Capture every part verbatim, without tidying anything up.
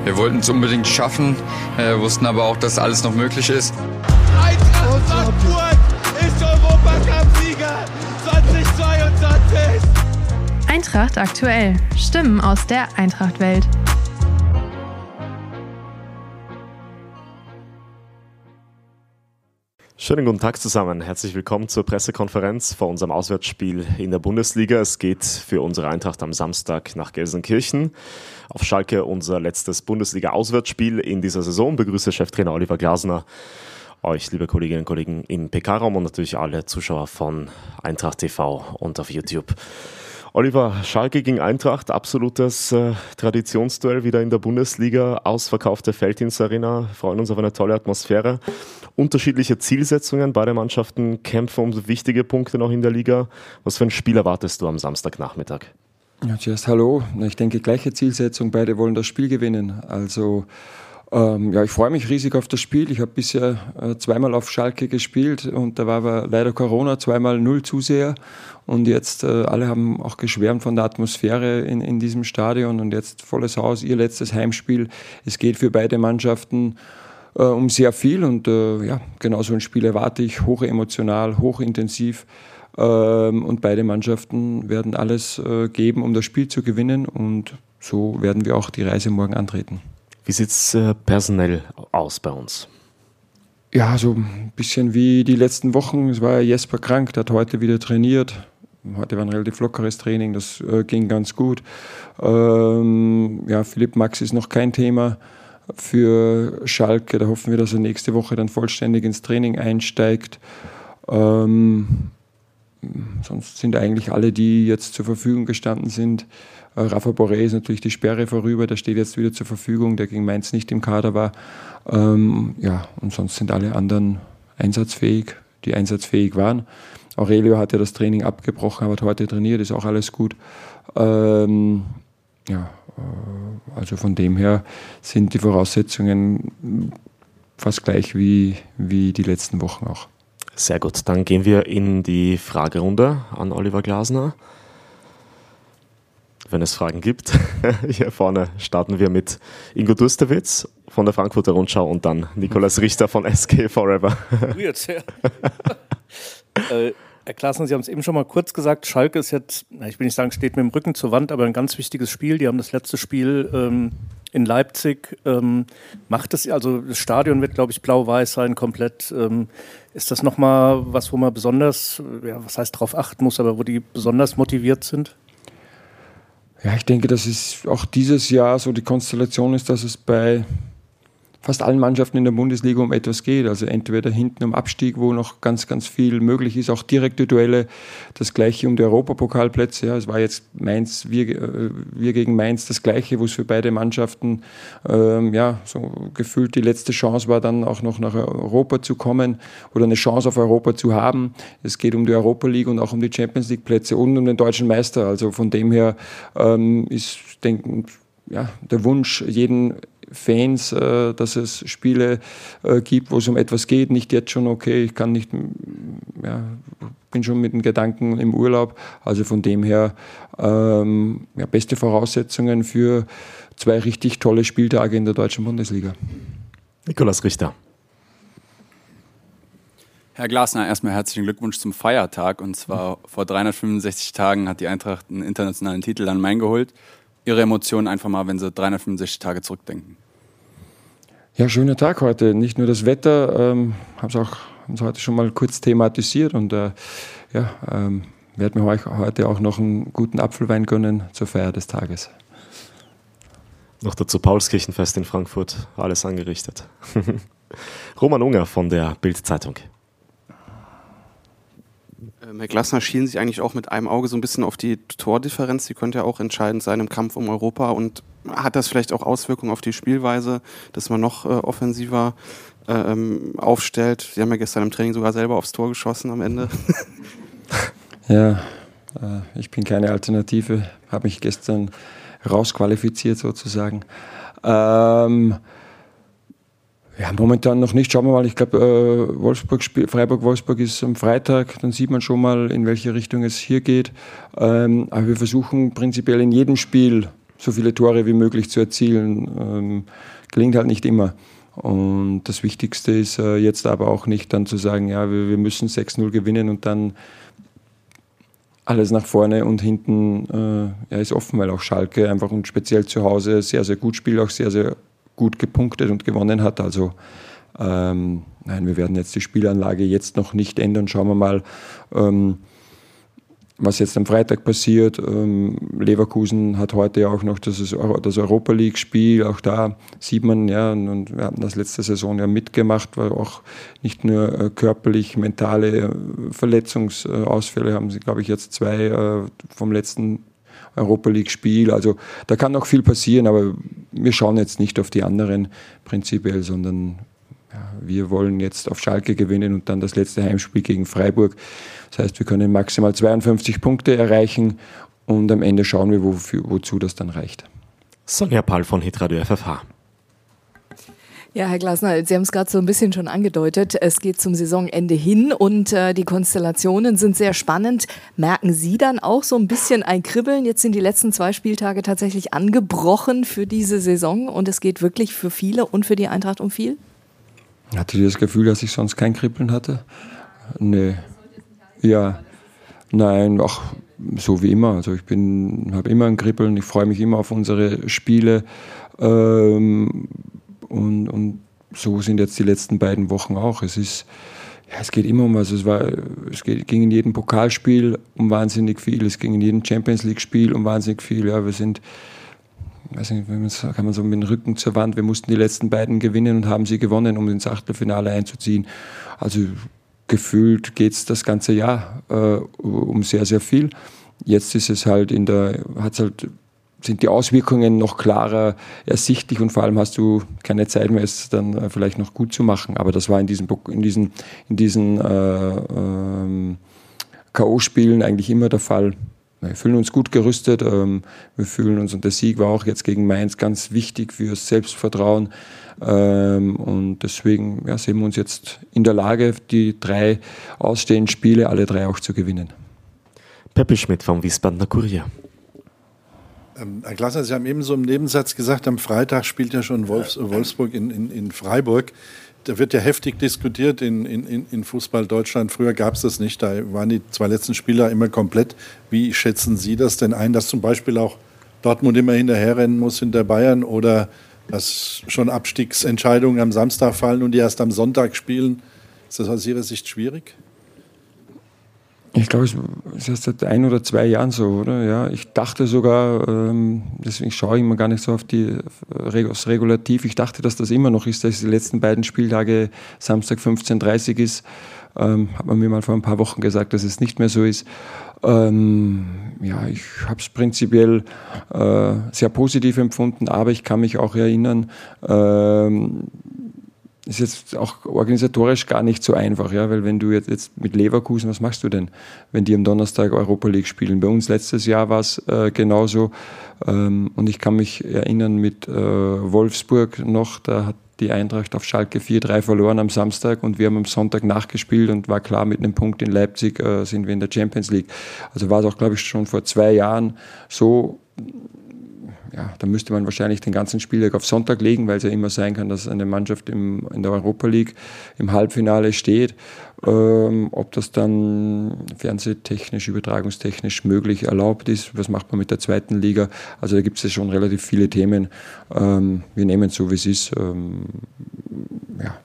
Wir wollten es unbedingt schaffen, äh, wussten aber auch, dass alles noch möglich ist. Eintracht Frankfurt ist Europacup-Sieger zweitausendzweiundzwanzig. Eintracht aktuell. Stimmen aus der Eintracht-Welt. Schönen guten Tag zusammen. Herzlich willkommen zur Pressekonferenz vor unserem Auswärtsspiel in der Bundesliga. Es geht für unsere Eintracht am Samstag nach Gelsenkirchen. Auf Schalke unser letztes Bundesliga-Auswärtsspiel in dieser Saison. Begrüße Cheftrainer Oliver Glasner, euch, liebe Kolleginnen und Kollegen, im P K-Raum und natürlich alle Zuschauer von Eintracht T V und auf YouTube. Oliver, Schalke gegen Eintracht, absolutes äh, Traditionsduell wieder in der Bundesliga, ausverkaufte Felddienst-Arena, freuen uns auf eine tolle Atmosphäre. Unterschiedliche Zielsetzungen, beide Mannschaften kämpfen um wichtige Punkte noch in der Liga. Was für ein Spiel erwartest du am Samstagnachmittag? Ja, zuerst hallo. Ich denke, gleiche Zielsetzung, beide wollen das Spiel gewinnen. Also ähm, ja, ich freue mich riesig auf das Spiel. Ich habe bisher äh, zweimal auf Schalke gespielt und da war aber leider Corona, zweimal null Zuseher. Und jetzt, äh, alle haben auch geschwärmt von der Atmosphäre in, in diesem Stadion und jetzt volles Haus, ihr letztes Heimspiel. Es geht für beide Mannschaften äh, um sehr viel und äh, ja, genau so ein Spiel erwarte ich, hochemotional, hochintensiv ähm, und beide Mannschaften werden alles äh, geben, um das Spiel zu gewinnen und so werden wir auch die Reise morgen antreten. Wie sieht es äh, personell aus bei uns? Ja, so ein bisschen wie die letzten Wochen. Es war ja Jesper krank, der hat heute wieder trainiert. Heute war ein relativ lockeres Training, das äh, ging ganz gut. Ähm, ja, Philipp Max ist noch kein Thema für Schalke. Da hoffen wir, dass er nächste Woche dann vollständig ins Training einsteigt. Ähm, sonst sind eigentlich alle, die jetzt zur Verfügung gestanden sind. Äh, Rafa Borré ist natürlich die Sperre vorüber, der steht jetzt wieder zur Verfügung, der gegen Mainz nicht im Kader war. Ähm, ja, und sonst sind alle anderen einsatzfähig, die einsatzfähig waren. Aurelio hat ja das Training abgebrochen, aber hat heute trainiert, ist auch alles gut. Ähm, ja, äh, also von dem her sind die Voraussetzungen fast gleich wie, wie die letzten Wochen auch. Sehr gut, dann gehen wir in die Fragerunde an Oliver Glasner. Wenn es Fragen gibt. Hier vorne starten wir mit Ingo Durstewitz von der Frankfurter Rundschau und dann Nikolaus Richter von S K Forever. Weird, ja. äh, Herr Glasner, Sie haben es eben schon mal kurz gesagt, Schalke ist jetzt, na, ich will nicht sagen, steht mit dem Rücken zur Wand, aber ein ganz wichtiges Spiel. Die haben das letzte Spiel ähm, in Leipzig. Ähm, macht es, also das Stadion wird, glaube ich, blau-weiß sein, komplett. Ähm, ist das nochmal was, wo man besonders, ja, was heißt drauf achten muss, aber wo die besonders motiviert sind? Ja, ich denke, dass es auch dieses Jahr so die Konstellation ist, dass es bei fast allen Mannschaften in der Bundesliga um etwas geht. Also entweder hinten um Abstieg, wo noch ganz, ganz viel möglich ist, auch direkte Duelle, das Gleiche um die Europapokalplätze. Ja, es war jetzt Mainz, wir, wir gegen Mainz das Gleiche, wo es für beide Mannschaften ähm, ja, so gefühlt die letzte Chance war, dann auch noch nach Europa zu kommen oder eine Chance auf Europa zu haben. Es geht um die Europa League und auch um die Champions League Plätze und um den deutschen Meister. Also von dem her ähm, ist, denke ja, der Wunsch jeden Fans, äh, dass es Spiele äh, gibt, wo es um etwas geht, nicht jetzt schon, okay, ich kann nicht, ja, bin schon mit den Gedanken im Urlaub, also von dem her ähm, ja, beste Voraussetzungen für zwei richtig tolle Spieltage in der deutschen Bundesliga. Nikolaus Richter. Herr Glasner, erstmal herzlichen Glückwunsch zum Feiertag und zwar vor dreihundertfünfundsechzig Tagen hat die Eintracht einen internationalen Titel an Main geholt. Ihre Emotionen einfach mal, wenn Sie dreihundertfünfundsechzig Tage zurückdenken. Ja, schöner Tag heute. Nicht nur das Wetter, ähm, haben es auch haben Sie heute schon mal kurz thematisiert und äh, ja, ähm, werde mir heute auch noch einen guten Apfelwein gönnen zur Feier des Tages. Noch dazu Paulskirchenfest in Frankfurt, alles angerichtet. Roman Unger von der Bild-Zeitung. Herr Glasner, schielen Sie eigentlich auch mit einem Auge so ein bisschen auf die Tordifferenz? Die könnte ja auch entscheidend sein im Kampf um Europa. Und hat das vielleicht auch Auswirkungen auf die Spielweise, dass man noch äh, offensiver äh, aufstellt? Sie haben ja gestern im Training sogar selber aufs Tor geschossen am Ende. Ja, äh, ich bin keine Alternative. Habe mich gestern rausqualifiziert sozusagen. Ähm... Ja, momentan noch nicht. Schauen wir mal. Ich glaube, äh, Wolfsburg, Freiburg-Wolfsburg ist am Freitag. Dann sieht man schon mal, in welche Richtung es hier geht. Ähm, aber wir versuchen prinzipiell in jedem Spiel so viele Tore wie möglich zu erzielen. Ähm, gelingt halt nicht immer. Und das Wichtigste ist äh, jetzt aber auch nicht dann zu sagen, ja, wir, wir müssen sechs null gewinnen und dann alles nach vorne und hinten äh, ja, ist offen, weil auch Schalke einfach und speziell zu Hause sehr, sehr gut spielt, auch sehr, sehr gut gepunktet und gewonnen hat. Also ähm, nein, wir werden jetzt die Spielanlage jetzt noch nicht ändern. Schauen wir mal, ähm, was jetzt am Freitag passiert. Ähm, Leverkusen hat heute ja auch noch das, das Europa-League-Spiel. Auch da sieht man, ja, und, und wir hatten das letzte Saison ja mitgemacht, weil auch nicht nur äh, körperlich, mentale äh, Verletzungsausfälle haben sie, glaube ich, jetzt zwei äh, vom letzten Europa-League-Spiel. Also da kann noch viel passieren, aber wir schauen jetzt nicht auf die anderen prinzipiell, sondern ja, wir wollen jetzt auf Schalke gewinnen und dann das letzte Heimspiel gegen Freiburg. Das heißt, wir können maximal zweiundfünfzig Punkte erreichen und am Ende schauen wir, wofür, wozu das dann reicht. Sonja Pall von Hitradio F F H. Ja, Herr Glasner, Sie haben es gerade so ein bisschen schon angedeutet. Es geht zum Saisonende hin und äh, die Konstellationen sind sehr spannend. Merken Sie dann auch so ein bisschen ein Kribbeln? Jetzt sind die letzten zwei Spieltage tatsächlich angebrochen für diese Saison und es geht wirklich für viele und für die Eintracht um viel? Hatte ich das Gefühl, dass ich sonst kein Kribbeln hatte? Nee. Ja, nein, ach, so wie immer. Also ich bin, habe immer ein Kribbeln, ich freue mich immer auf unsere Spiele. Ähm, Und, und so sind jetzt die letzten beiden Wochen auch. Es ist, ja, es geht immer um was. Es war, es geht, ging in jedem Pokalspiel um wahnsinnig viel. Es ging in jedem Champions League Spiel um wahnsinnig viel. Ja, wir sind, weiß nicht, kann man so mit dem Rücken zur Wand. Wir mussten die letzten beiden gewinnen und haben sie gewonnen, um ins Achtelfinale einzuziehen. Also gefühlt geht es das ganze Jahr äh, um sehr, sehr viel. Jetzt ist es halt in der, hat es halt sind die Auswirkungen noch klarer ersichtlich und vor allem hast du keine Zeit mehr, es dann vielleicht noch gut zu machen. Aber das war in diesen, in diesen, in diesen äh, ähm, K O-Spielen eigentlich immer der Fall. Wir fühlen uns gut gerüstet, ähm, wir fühlen uns, und der Sieg war auch jetzt gegen Mainz ganz wichtig fürs Selbstvertrauen. Ähm, und deswegen ja, sehen wir uns jetzt in der Lage, die drei ausstehenden Spiele, alle drei auch zu gewinnen. Peppe Schmidt vom Wiesbadener Kurier. Herr Glasner, Sie haben eben so im Nebensatz gesagt, am Freitag spielt ja schon Wolfs- Wolfsburg in, in, in Freiburg. Da wird ja heftig diskutiert in, in, in Fußball Deutschland. Früher gab es das nicht, da waren die zwei letzten Spieler immer komplett. Wie schätzen Sie das denn ein, dass zum Beispiel auch Dortmund immer hinterherrennen muss hinter Bayern oder dass schon Abstiegsentscheidungen am Samstag fallen und die erst am Sonntag spielen? Ist das aus Ihrer Sicht schwierig? Ich glaube, es ist erst seit ein oder zwei Jahren so, oder? Ja, ich dachte sogar, ähm, deswegen schaue ich immer gar nicht so auf die aufs Regulativ. Ich dachte, dass das immer noch ist, dass die letzten beiden Spieltage Samstag fünfzehn Uhr dreißig ist. Ähm, hat man mir mal vor ein paar Wochen gesagt, dass es nicht mehr so ist. Ähm, ja, ich habe es prinzipiell äh, sehr positiv empfunden, aber ich kann mich auch erinnern, ähm, ist jetzt auch organisatorisch gar nicht so einfach, ja, weil wenn du jetzt, jetzt mit Leverkusen, was machst du denn, wenn die am Donnerstag Europa League spielen? Bei uns letztes Jahr war es äh, genauso ähm, und ich kann mich erinnern mit äh, Wolfsburg noch, da hat die Eintracht auf Schalke vier drei verloren am Samstag und wir haben am Sonntag nachgespielt und war klar, mit einem Punkt in Leipzig äh, sind wir in der Champions League. Also war es auch, glaube ich, schon vor zwei Jahren so. Ja, da müsste man wahrscheinlich den ganzen Spieltag auf Sonntag legen, weil es ja immer sein kann, dass eine Mannschaft im, in der Europa League im Halbfinale steht. Ähm, ob das dann fernsehtechnisch, übertragungstechnisch möglich erlaubt ist, was macht man mit der zweiten Liga? Also da gibt es ja schon relativ viele Themen. Ähm, wir nehmen es so, wie es ist. Ähm, ja.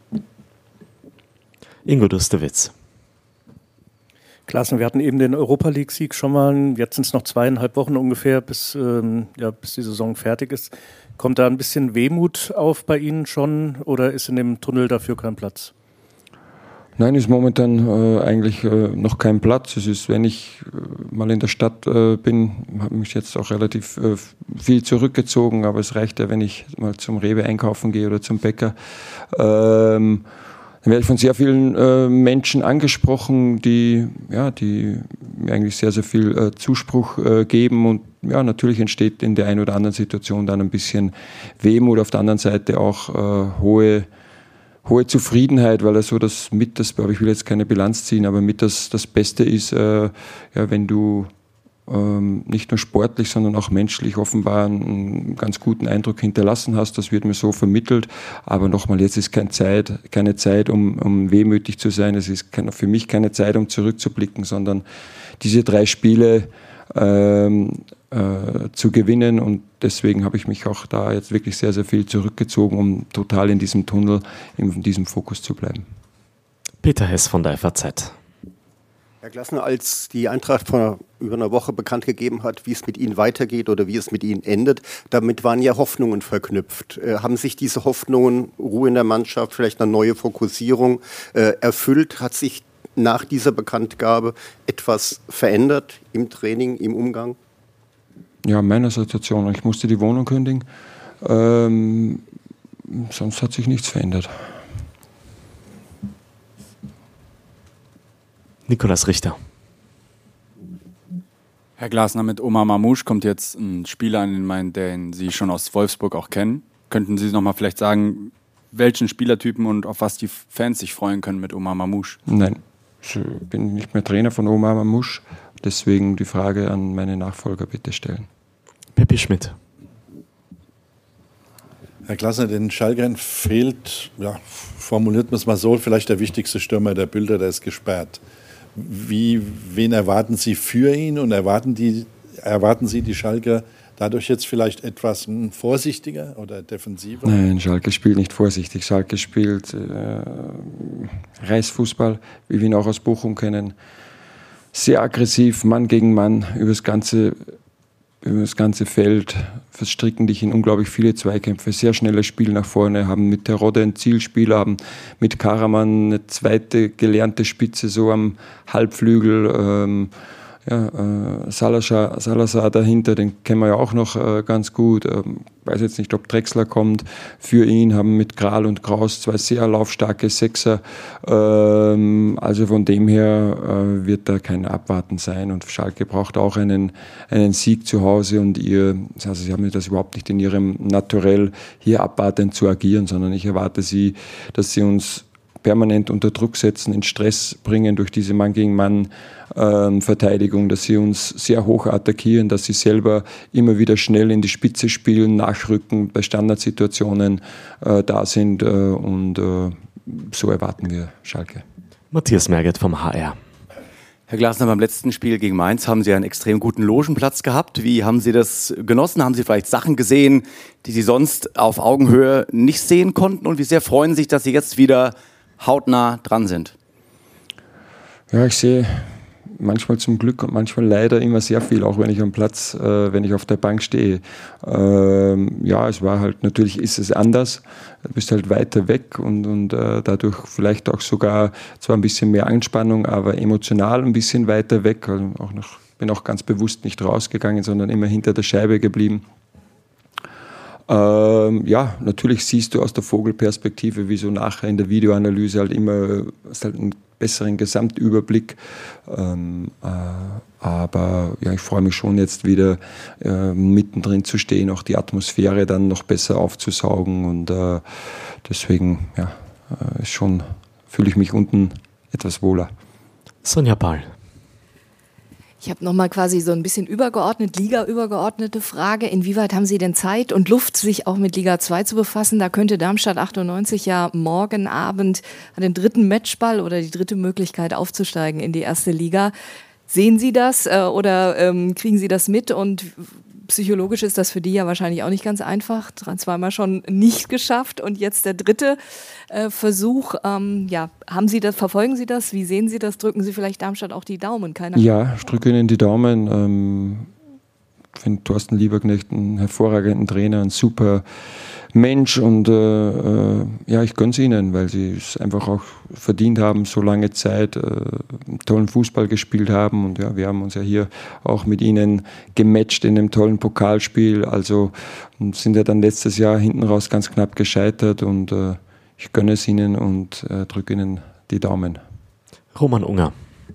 Ingo Dusterwitz. Klassen, wir hatten eben den Europa-League-Sieg schon mal. Jetzt sind es noch zweieinhalb Wochen ungefähr, bis, ähm, ja, bis die Saison fertig ist. Kommt da ein bisschen Wehmut auf bei Ihnen schon oder ist in dem Tunnel dafür kein Platz? Nein, ist momentan äh, eigentlich äh, noch kein Platz. Es ist, wenn ich äh, mal in der Stadt äh, bin, habe mich jetzt auch relativ äh, viel zurückgezogen, aber es reicht ja, wenn ich mal zum Rewe einkaufen gehe oder zum Bäcker. Ähm, Dann werde ich von sehr vielen äh, Menschen angesprochen, die, ja, die mir eigentlich sehr, sehr viel äh, Zuspruch äh, geben. Und ja, natürlich entsteht in der einen oder anderen Situation dann ein bisschen Wehmut. Auf der anderen Seite auch äh, hohe, hohe Zufriedenheit, weil er so das mit, das, aber ich will jetzt keine Bilanz ziehen, aber mit das, das Beste ist, äh, ja, wenn du ähm, nicht nur sportlich, sondern auch menschlich offenbar einen ganz guten Eindruck hinterlassen hast. Das wird mir so vermittelt. Aber nochmal, jetzt ist keine Zeit, keine Zeit, um, um wehmütig zu sein. Es ist keine, für mich keine Zeit, um zurückzublicken, sondern diese drei Spiele ähm, äh, zu gewinnen. Und deswegen habe ich mich auch da jetzt wirklich sehr, sehr viel zurückgezogen, um total in diesem Tunnel, in diesem Fokus zu bleiben. Peter Hess von der F A Z. Herr Glasner, als die Eintracht vor über einer Woche bekannt gegeben hat, wie es mit Ihnen weitergeht oder wie es mit Ihnen endet, damit waren ja Hoffnungen verknüpft. Äh, haben sich diese Hoffnungen, Ruhe in der Mannschaft, vielleicht eine neue Fokussierung äh, erfüllt? Hat sich nach dieser Bekanntgabe etwas verändert im Training, im Umgang? Ja, meiner Situation. Ich musste die Wohnung kündigen. Ähm, sonst hat sich nichts verändert. Nikolaus Richter. Herr Glasner, mit Omar Mamouche kommt jetzt ein Spieler an den Main, den Sie schon aus Wolfsburg auch kennen. Könnten Sie noch mal vielleicht sagen, welchen Spielertypen und auf was die Fans sich freuen können mit Omar Mamouche? Nein, ich bin nicht mehr Trainer von Omar Mamouche. Deswegen die Frage an meine Nachfolger bitte stellen. Peppi Schmidt. Herr Glasner, den Schalkern fehlt, ja, formuliert man es mal so, vielleicht der wichtigste Stürmer der Bilder, der ist gesperrt. Wie, wen erwarten Sie für ihn und erwarten, die, erwarten Sie die Schalker dadurch jetzt vielleicht etwas hm, vorsichtiger oder defensiver? Nein, Schalke spielt nicht vorsichtig. Schalke spielt äh, Reißfußball, wie wir ihn auch aus Bochum kennen. Sehr aggressiv, Mann gegen Mann, über das ganze, über das ganze Feld, verstricken dich in unglaublich viele Zweikämpfe, sehr schnelles Spiel nach vorne, haben mit Terodde einen Zielspieler, haben mit Karaman eine zweite gelernte Spitze so am Halbflügel, ähm, ja, äh, Salazar, Salazar dahinter, den kennen wir ja auch noch äh, ganz gut. Ähm, weiß jetzt nicht, ob Drexler kommt für ihn, haben mit Kral und Kraus zwei sehr laufstarke Sechser. Ähm, also von dem her äh, wird da kein Abwarten sein. Und Schalke braucht auch einen, einen Sieg zu Hause. Und ihr, also sie haben das überhaupt nicht in ihrem Naturell, hier abwartend zu agieren, sondern ich erwarte sie, dass sie uns permanent unter Druck setzen, in Stress bringen durch diese Mann-gegen-Mann-Verteidigung, ähm, dass sie uns sehr hoch attackieren, dass sie selber immer wieder schnell in die Spitze spielen, nachrücken, bei Standardsituationen äh, da sind äh, und äh, so erwarten wir Schalke. Matthias Merget vom H R. Herr Glasner, beim letzten Spiel gegen Mainz haben Sie einen extrem guten Logenplatz gehabt. Wie haben Sie das genossen? Haben Sie vielleicht Sachen gesehen, die Sie sonst auf Augenhöhe nicht sehen konnten? Und wie sehr freuen Sie sich, dass Sie jetzt wieder hautnah dran sind? Ja, ich sehe manchmal zum Glück und manchmal leider immer sehr viel, auch wenn ich am Platz, äh, wenn ich auf der Bank stehe. Ähm, ja, es war halt, natürlich ist es anders. Du bist halt weiter weg und, und äh, dadurch vielleicht auch sogar zwar ein bisschen mehr Anspannung, aber emotional ein bisschen weiter weg. Also auch noch, bin auch ganz bewusst nicht rausgegangen, sondern immer hinter der Scheibe geblieben. Ähm, ja, natürlich siehst du aus der Vogelperspektive, wie so nachher in der Videoanalyse halt immer hast halt einen besseren Gesamtüberblick. Ähm, äh, aber ja, ich freue mich schon jetzt wieder äh, mittendrin zu stehen, auch die Atmosphäre dann noch besser aufzusaugen und äh, deswegen ja, äh, schon fühle ich mich unten etwas wohler. Sonja Pahl. Ich habe nochmal quasi so ein bisschen übergeordnet, Liga-übergeordnete Frage. Inwieweit haben Sie denn Zeit und Luft, sich auch mit Liga zwei zu befassen? Da könnte Darmstadt achtundneunzig ja morgen Abend an den dritten Matchball oder die dritte Möglichkeit aufzusteigen in die erste Liga. Sehen Sie das äh, oder ähm, kriegen Sie das mit? Und psychologisch ist das für die ja wahrscheinlich auch nicht ganz einfach. Zweimal schon nicht geschafft und jetzt der dritte äh, Versuch. Ähm, ja, haben Sie das, verfolgen Sie das? Wie sehen Sie das? Drücken Sie vielleicht Darmstadt auch die Daumen? Keine Ahnung. Ja, ich drücke Ihnen die Daumen. Ähm, ich finde Thorsten Lieberknecht einen hervorragenden Trainer, ein super Mensch und äh, äh, ja, ich gönne es ihnen, weil sie es einfach auch verdient haben, so lange Zeit äh, tollen Fußball gespielt haben und ja, wir haben uns ja hier auch mit ihnen gematcht in einem tollen Pokalspiel, also sind ja dann letztes Jahr hinten raus ganz knapp gescheitert und äh, ich gönne es ihnen und äh, drücke ihnen die Daumen. Roman Unger.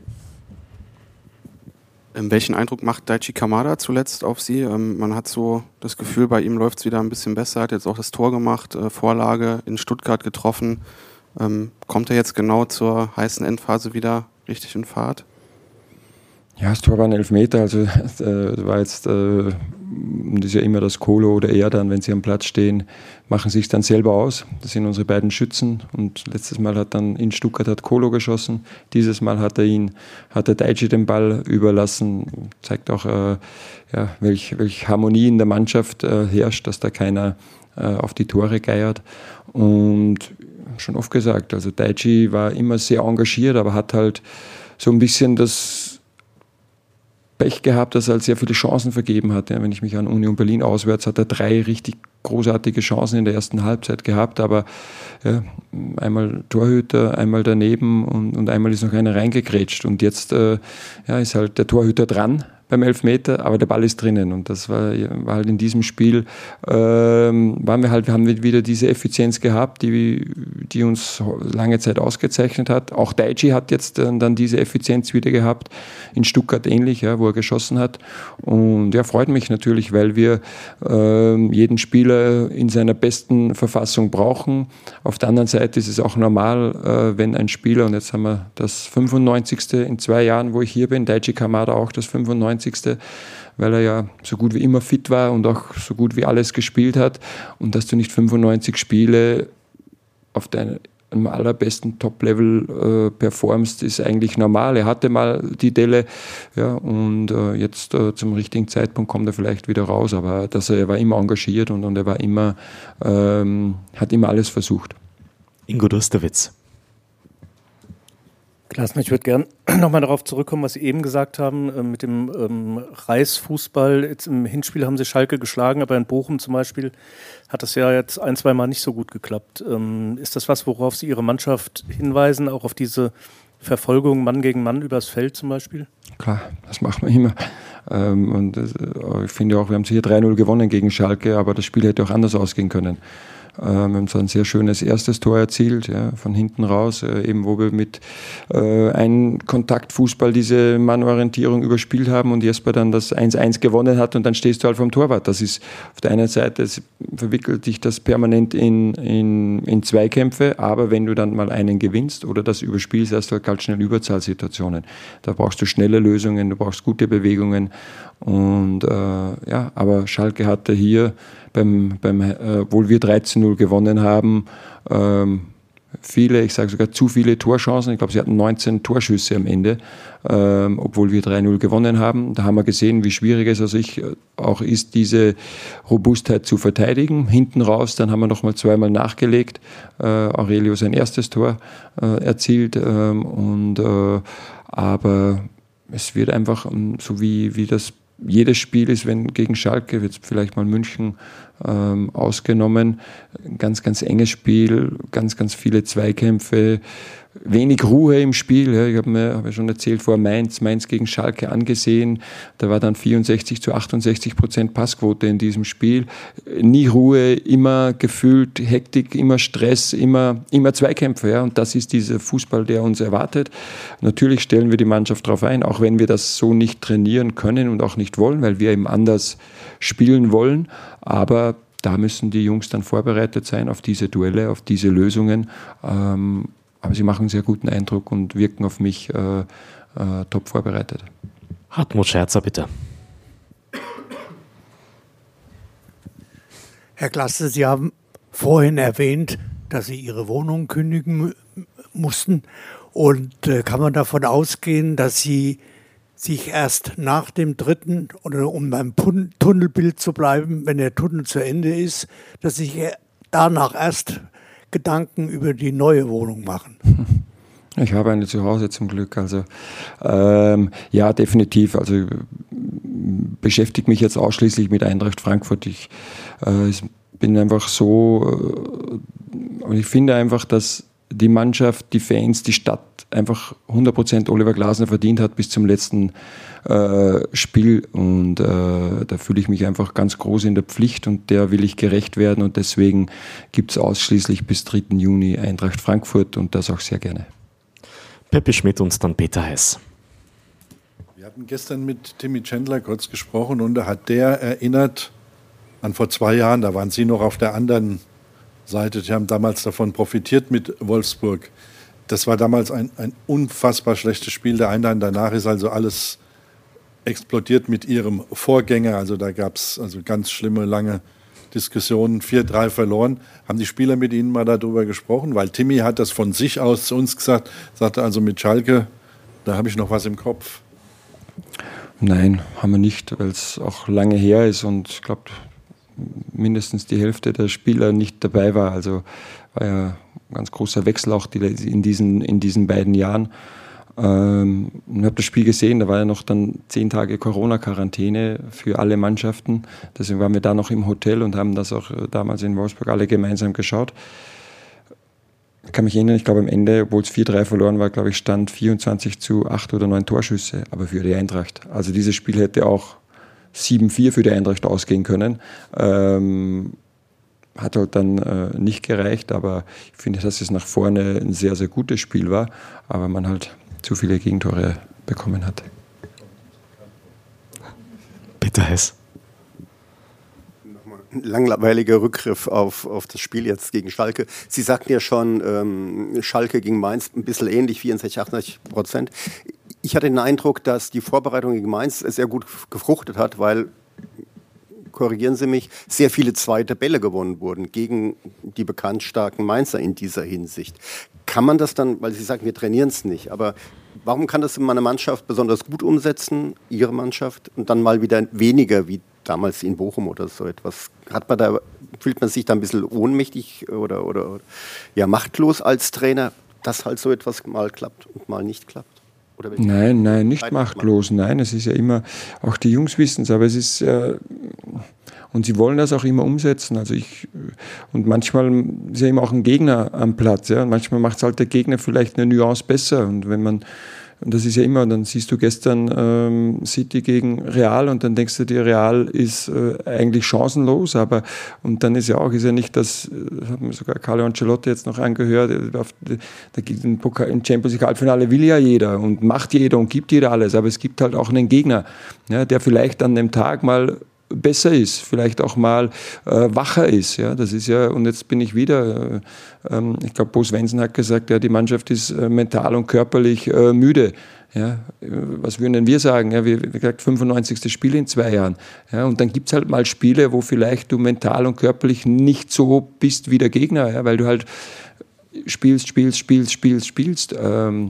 Welchen Eindruck macht Daichi Kamada zuletzt auf Sie? Ähm, man hat so das Gefühl, bei ihm läuft es wieder ein bisschen besser, hat jetzt auch das Tor gemacht, äh, Vorlage in Stuttgart getroffen. Ähm, kommt er jetzt genau zur heißen Endphase wieder richtig in Fahrt? Ja, das Tor war ein Elfmeter, also äh, war jetzt, äh, das ist ja immer das Kolo oder er dann, wenn sie am Platz stehen, machen sich dann selber aus. Das sind unsere beiden Schützen und letztes Mal hat dann in Stuttgart hat Kolo geschossen, dieses Mal hat er ihn, hat der Daichi den Ball überlassen, zeigt auch, äh, ja, welch, welch Harmonie in der Mannschaft äh, herrscht, dass da keiner äh, auf die Tore geiert und schon oft gesagt, also Daichi war immer sehr engagiert, aber hat halt so ein bisschen das Pech gehabt, dass er halt sehr viele Chancen vergeben hat. Ja, wenn ich mich an Union Berlin auswärts, hat er drei richtig großartige Chancen in der ersten Halbzeit gehabt, aber ja, einmal Torhüter, einmal daneben und, und einmal ist noch einer reingegrätscht und jetzt äh, ja, ist halt der Torhüter dran beim Elfmeter, aber der Ball ist drinnen und das war, war halt in diesem Spiel, ähm, waren wir halt, wir haben wieder diese Effizienz gehabt, die, die uns lange Zeit ausgezeichnet hat. Auch Daichi hat jetzt dann, dann diese Effizienz wieder gehabt, in Stuttgart ähnlich, ja, wo er geschossen hat und ja, freut mich natürlich, weil wir ähm, jeden Spieler in seiner besten Verfassung brauchen. Auf der anderen Seite ist es auch normal, äh, wenn ein Spieler, und jetzt haben wir das fünfundneunzigste in zwei Jahren, wo ich hier bin, Daichi Kamada auch das fünfundneunzigste, weil er ja so gut wie immer fit war und auch so gut wie alles gespielt hat und dass du nicht fünfundneunzig Spiele auf deinem allerbesten Top-Level äh, performst, ist eigentlich normal. Er hatte mal die Delle, ja, und äh, jetzt äh, zum richtigen Zeitpunkt kommt er vielleicht wieder raus, aber dass er, er war immer engagiert und, und er war immer, ähm, hat immer alles versucht. Ingo Dusterwitz. Klaas, ich würde gerne nochmal darauf zurückkommen, was Sie eben gesagt haben, äh, mit dem ähm, Reisfußball. Jetzt im Hinspiel haben Sie Schalke geschlagen, aber in Bochum zum Beispiel hat das ja jetzt ein, zwei Mal nicht so gut geklappt. Ähm, ist das was, worauf Sie Ihre Mannschaft hinweisen, auch auf diese Verfolgung Mann gegen Mann übers Feld zum Beispiel? Klar, das machen wir immer. Ähm, und äh, ich finde auch, wir haben hier drei null gewonnen gegen Schalke, aber das Spiel hätte auch anders ausgehen können. Wir haben so ein sehr schönes erstes Tor erzielt, ja, von hinten raus, äh, eben wo wir mit äh, einem Kontaktfußball diese Mannorientierung überspielt haben und Jesper dann das eins eins gewonnen hat und dann stehst du halt vom Torwart. Das ist auf der einen Seite, es verwickelt dich das permanent in, in, in Zweikämpfe, aber wenn du dann mal einen gewinnst oder das überspielst, hast du halt ganz schnell Überzahlsituationen. Da brauchst du schnelle Lösungen, du brauchst gute Bewegungen und äh, ja, aber Schalke hatte hier beim, beim äh, obwohl wir dreizehn null gewonnen haben, ähm, viele, ich sage sogar zu viele Torchancen. Ich glaube, sie hatten neunzehn Torschüsse am Ende, ähm, obwohl wir drei null gewonnen haben. Da haben wir gesehen, wie schwierig es also ich auch ist, diese Robustheit zu verteidigen. Hinten raus, dann haben wir nochmal zweimal nachgelegt. Äh, Aurelio sein erstes Tor äh, erzielt. Ähm, und, äh, aber es wird einfach, so wie, wie das jedes Spiel ist, wenn gegen Schalke, jetzt vielleicht mal München ähm, ausgenommen, ein ganz, ganz enges Spiel, ganz, ganz viele Zweikämpfe, wenig Ruhe im Spiel. Ja. Ich habe mir hab ja schon erzählt, vor Mainz, Mainz gegen Schalke angesehen, da war dann vierundsechzig zu achtundsechzig Prozent Passquote in diesem Spiel. Nie Ruhe, immer gefühlt Hektik, immer Stress, immer, immer Zweikämpfe. Ja. Und das ist dieser Fußball, der uns erwartet. Natürlich stellen wir die Mannschaft darauf ein, auch wenn wir das so nicht trainieren können und auch nicht wollen, weil wir eben anders spielen wollen. Aber da müssen die Jungs dann vorbereitet sein auf diese Duelle, auf diese Lösungen. Ähm, Aber sie machen einen sehr guten Eindruck und wirken auf mich äh, äh, top vorbereitet. Hartmut Scherzer, bitte. Herr Klasse, Sie haben vorhin erwähnt, dass Sie Ihre Wohnung kündigen mussten. Und äh, kann man davon ausgehen, dass Sie sich erst nach dem dritten, oder um beim Tunnelbild zu bleiben, wenn der Tunnel zu Ende ist, dass sich danach erst Gedanken über die neue Wohnung machen? Ich habe eine zu Hause zum Glück. Also ähm, ja, definitiv. Also beschäftige mich jetzt ausschließlich mit Eintracht Frankfurt. Ich äh, bin einfach so, äh, ich finde einfach, dass die Mannschaft, die Fans, die Stadt einfach hundert Prozent Oliver Glasner verdient hat bis zum letzten äh, Spiel. Und äh, da fühle ich mich einfach ganz groß in der Pflicht und der will ich gerecht werden. Und deswegen gibt es ausschließlich bis dritten Juni Eintracht Frankfurt und das auch sehr gerne. Peppi Schmidt und dann Peter Hess. Wir hatten gestern mit Timmy Chandler kurz gesprochen und da hat der erinnert an vor zwei Jahren, da waren Sie noch auf der anderen Seite, die haben damals davon profitiert mit Wolfsburg. Das war damals ein, ein unfassbar schlechtes Spiel. Der Einheit danach ist also alles explodiert mit ihrem Vorgänger. Also da gab es also ganz schlimme, lange Diskussionen, vier drei verloren. Haben die Spieler mit Ihnen mal darüber gesprochen? Weil Timmy hat das von sich aus zu uns gesagt, sagte also mit Schalke, da habe ich noch was im Kopf. Nein, haben wir nicht, weil es auch lange her ist und ich glaube, mindestens die Hälfte der Spieler nicht dabei war. Also war ja ein ganz großer Wechsel auch in diesen, in diesen beiden Jahren. Ähm, ich habe das Spiel gesehen, da war ja noch dann zehn Tage Corona-Quarantäne für alle Mannschaften. Deswegen waren wir da noch im Hotel und haben das auch damals in Wolfsburg alle gemeinsam geschaut. Ich kann mich erinnern, ich glaube am Ende, obwohl es vier drei verloren war, glaube ich, stand vierundzwanzig zu acht oder neun Torschüsse, aber für die Eintracht. Also dieses Spiel hätte auch sieben vier für die Eintracht ausgehen können. Ähm, hat halt dann äh, nicht gereicht, aber ich finde, dass es nach vorne ein sehr, sehr gutes Spiel war, aber man halt zu viele Gegentore bekommen hat. Peter Hess. Ein langweiliger Rückgriff auf, auf das Spiel jetzt gegen Schalke. Sie sagten ja schon, ähm, Schalke gegen Mainz ein bisschen ähnlich, vierundsechzig, achtundneunzig Prozent. Ich hatte den Eindruck, dass die Vorbereitung gegen Mainz sehr gut gefruchtet hat, weil, korrigieren Sie mich, sehr viele zweite Bälle gewonnen wurden gegen die bekannt starken Mainzer in dieser Hinsicht. Kann man das dann, weil Sie sagen, wir trainieren es nicht, aber warum kann das meine Mannschaft besonders gut umsetzen, Ihre Mannschaft, und dann mal wieder weniger wie damals in Bochum oder so etwas? Hat man da, fühlt man sich da ein bisschen ohnmächtig oder, oder ja, machtlos als Trainer, dass halt so etwas mal klappt und mal nicht klappt? Oder nein, nein, nicht machtlos. Nein, es ist ja immer, auch die Jungs wissen es, aber es ist, äh, und sie wollen das auch immer umsetzen. Also ich, und manchmal ist ja immer auch ein Gegner am Platz. Ja? Und manchmal macht es halt der Gegner vielleicht eine Nuance besser. Und wenn man, und das ist ja immer, dann siehst du gestern ähm, City gegen Real und dann denkst du dir, Real ist äh, eigentlich chancenlos, aber und dann ist ja auch, ist ja nicht das, das hat mir sogar Carlo Ancelotti jetzt noch angehört, auf, da gibt ein Pokal, im Champions League Halbfinale will ja jeder und macht jeder und gibt jeder alles, aber es gibt halt auch einen Gegner, ja, der vielleicht an dem Tag mal besser ist, vielleicht auch mal äh, wacher ist. Ja, das ist ja, und jetzt bin ich wieder, äh, ähm, ich glaube, Bo Svensson hat gesagt, ja, die Mannschaft ist äh, mental und körperlich äh, müde. Ja, was würden denn wir sagen? Ja, wie gesagt, fünfundneunzigste Spiel in zwei Jahren. Ja, und dann gibt es halt mal Spiele, wo vielleicht du mental und körperlich nicht so bist wie der Gegner, ja, weil du halt spielst, spielst, spielst, spielst, spielst. Ähm,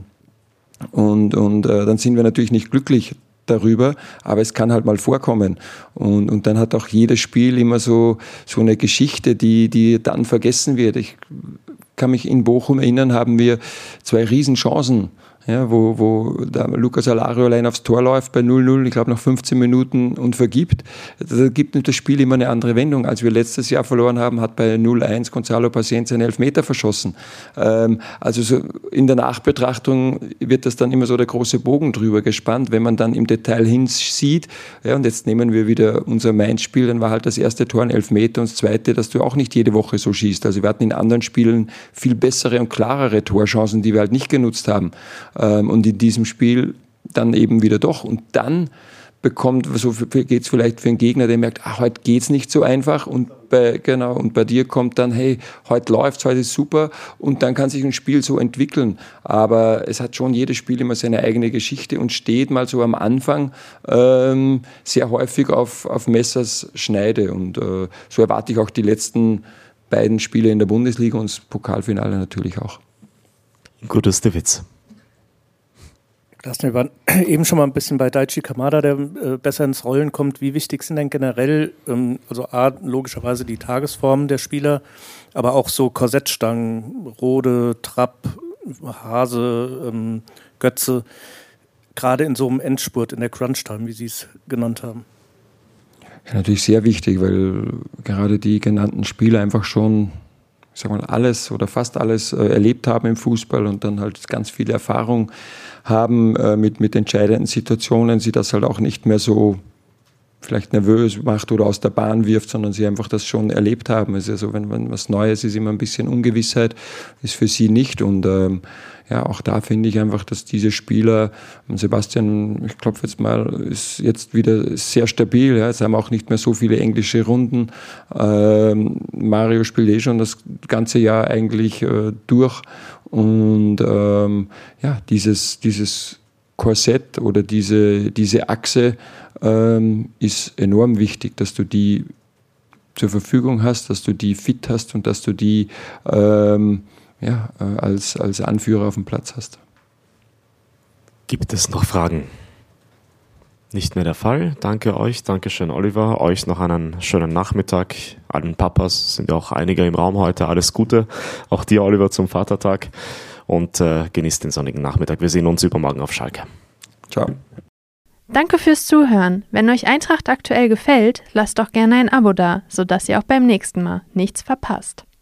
und und äh, dann sind wir natürlich nicht glücklich darüber, aber es kann halt mal vorkommen. Und, und dann hat auch jedes Spiel immer so, so eine Geschichte, die, die dann vergessen wird. Ich kann mich in Bochum erinnern, haben wir zwei Riesenchancen, ja, wo, wo der Lucas Alario allein aufs Tor läuft bei null null, ich glaube nach fünfzehn Minuten und vergibt. Da gibt das Spiel immer eine andere Wendung. Als wir letztes Jahr verloren haben, hat bei null eins Gonzalo Paciencia einen Elfmeter verschossen. Ähm, also so in der Nachbetrachtung wird das dann immer so der große Bogen drüber gespannt, wenn man dann im Detail hinsieht. Ja, und jetzt nehmen wir wieder unser Mainz-Spiel, dann war halt das erste Tor ein Elfmeter und das zweite, dass du auch nicht jede Woche so schießt. Also wir hatten in anderen Spielen viel bessere und klarere Torchancen, die wir halt nicht genutzt haben. Und in diesem Spiel dann eben wieder doch. Und dann bekommt, so geht es vielleicht für einen Gegner, der merkt, ach, heute geht es nicht so einfach. Und bei, genau, und bei dir kommt dann, hey, heute läuft's, heute ist super. Und dann kann sich ein Spiel so entwickeln. Aber es hat schon jedes Spiel immer seine eigene Geschichte und steht mal so am Anfang ähm, sehr häufig auf, auf Messers Schneide. Und äh, so erwarte ich auch die letzten beiden Spiele in der Bundesliga und das Pokalfinale natürlich auch. Gutes Witz. Wir waren eben schon mal ein bisschen bei Daichi Kamada, der äh, besser ins Rollen kommt. Wie wichtig sind denn generell, ähm, also A, logischerweise die Tagesformen der Spieler, aber auch so Korsettstangen, Rode, Trapp, Hase, ähm, Götze, gerade in so einem Endspurt, in der Crunch-Time, wie Sie es genannt haben? Ja, natürlich sehr wichtig, weil gerade die genannten Spieler einfach schon, ich sag mal, alles oder fast alles äh, erlebt haben im Fußball und dann halt ganz viel Erfahrung haben äh, mit, mit entscheidenden Situationen, sie das halt auch nicht mehr so vielleicht nervös macht oder aus der Bahn wirft, sondern sie einfach das schon erlebt haben. Es ist ja so, wenn, wenn was Neues ist, immer ein bisschen Ungewissheit, ist für sie nicht. Und ähm, ja, auch da finde ich einfach, dass diese Spieler, Sebastian, ich klopfe jetzt mal, ist jetzt wieder sehr stabil. Ja. Es haben auch nicht mehr so viele englische Runden. Ähm, Mario spielt eh schon das ganze Jahr eigentlich äh, durch. Und ähm, ja, dieses, dieses Korsett oder diese, diese Achse ähm, ist enorm wichtig, dass du die zur Verfügung hast, dass du die fit hast und dass du die ähm, ja, als, als Anführer auf dem Platz hast. Gibt es noch Fragen? Nicht mehr der Fall. Danke euch, danke schön Oliver. Euch noch einen schönen Nachmittag. Allen Papas, sind ja auch einige im Raum heute. Alles Gute. Auch dir Oliver zum Vatertag. Und äh, genießt den sonnigen Nachmittag. Wir sehen uns übermorgen auf Schalke. Ciao. Danke fürs Zuhören. Wenn euch Eintracht aktuell gefällt, lasst doch gerne ein Abo da, sodass ihr auch beim nächsten Mal nichts verpasst.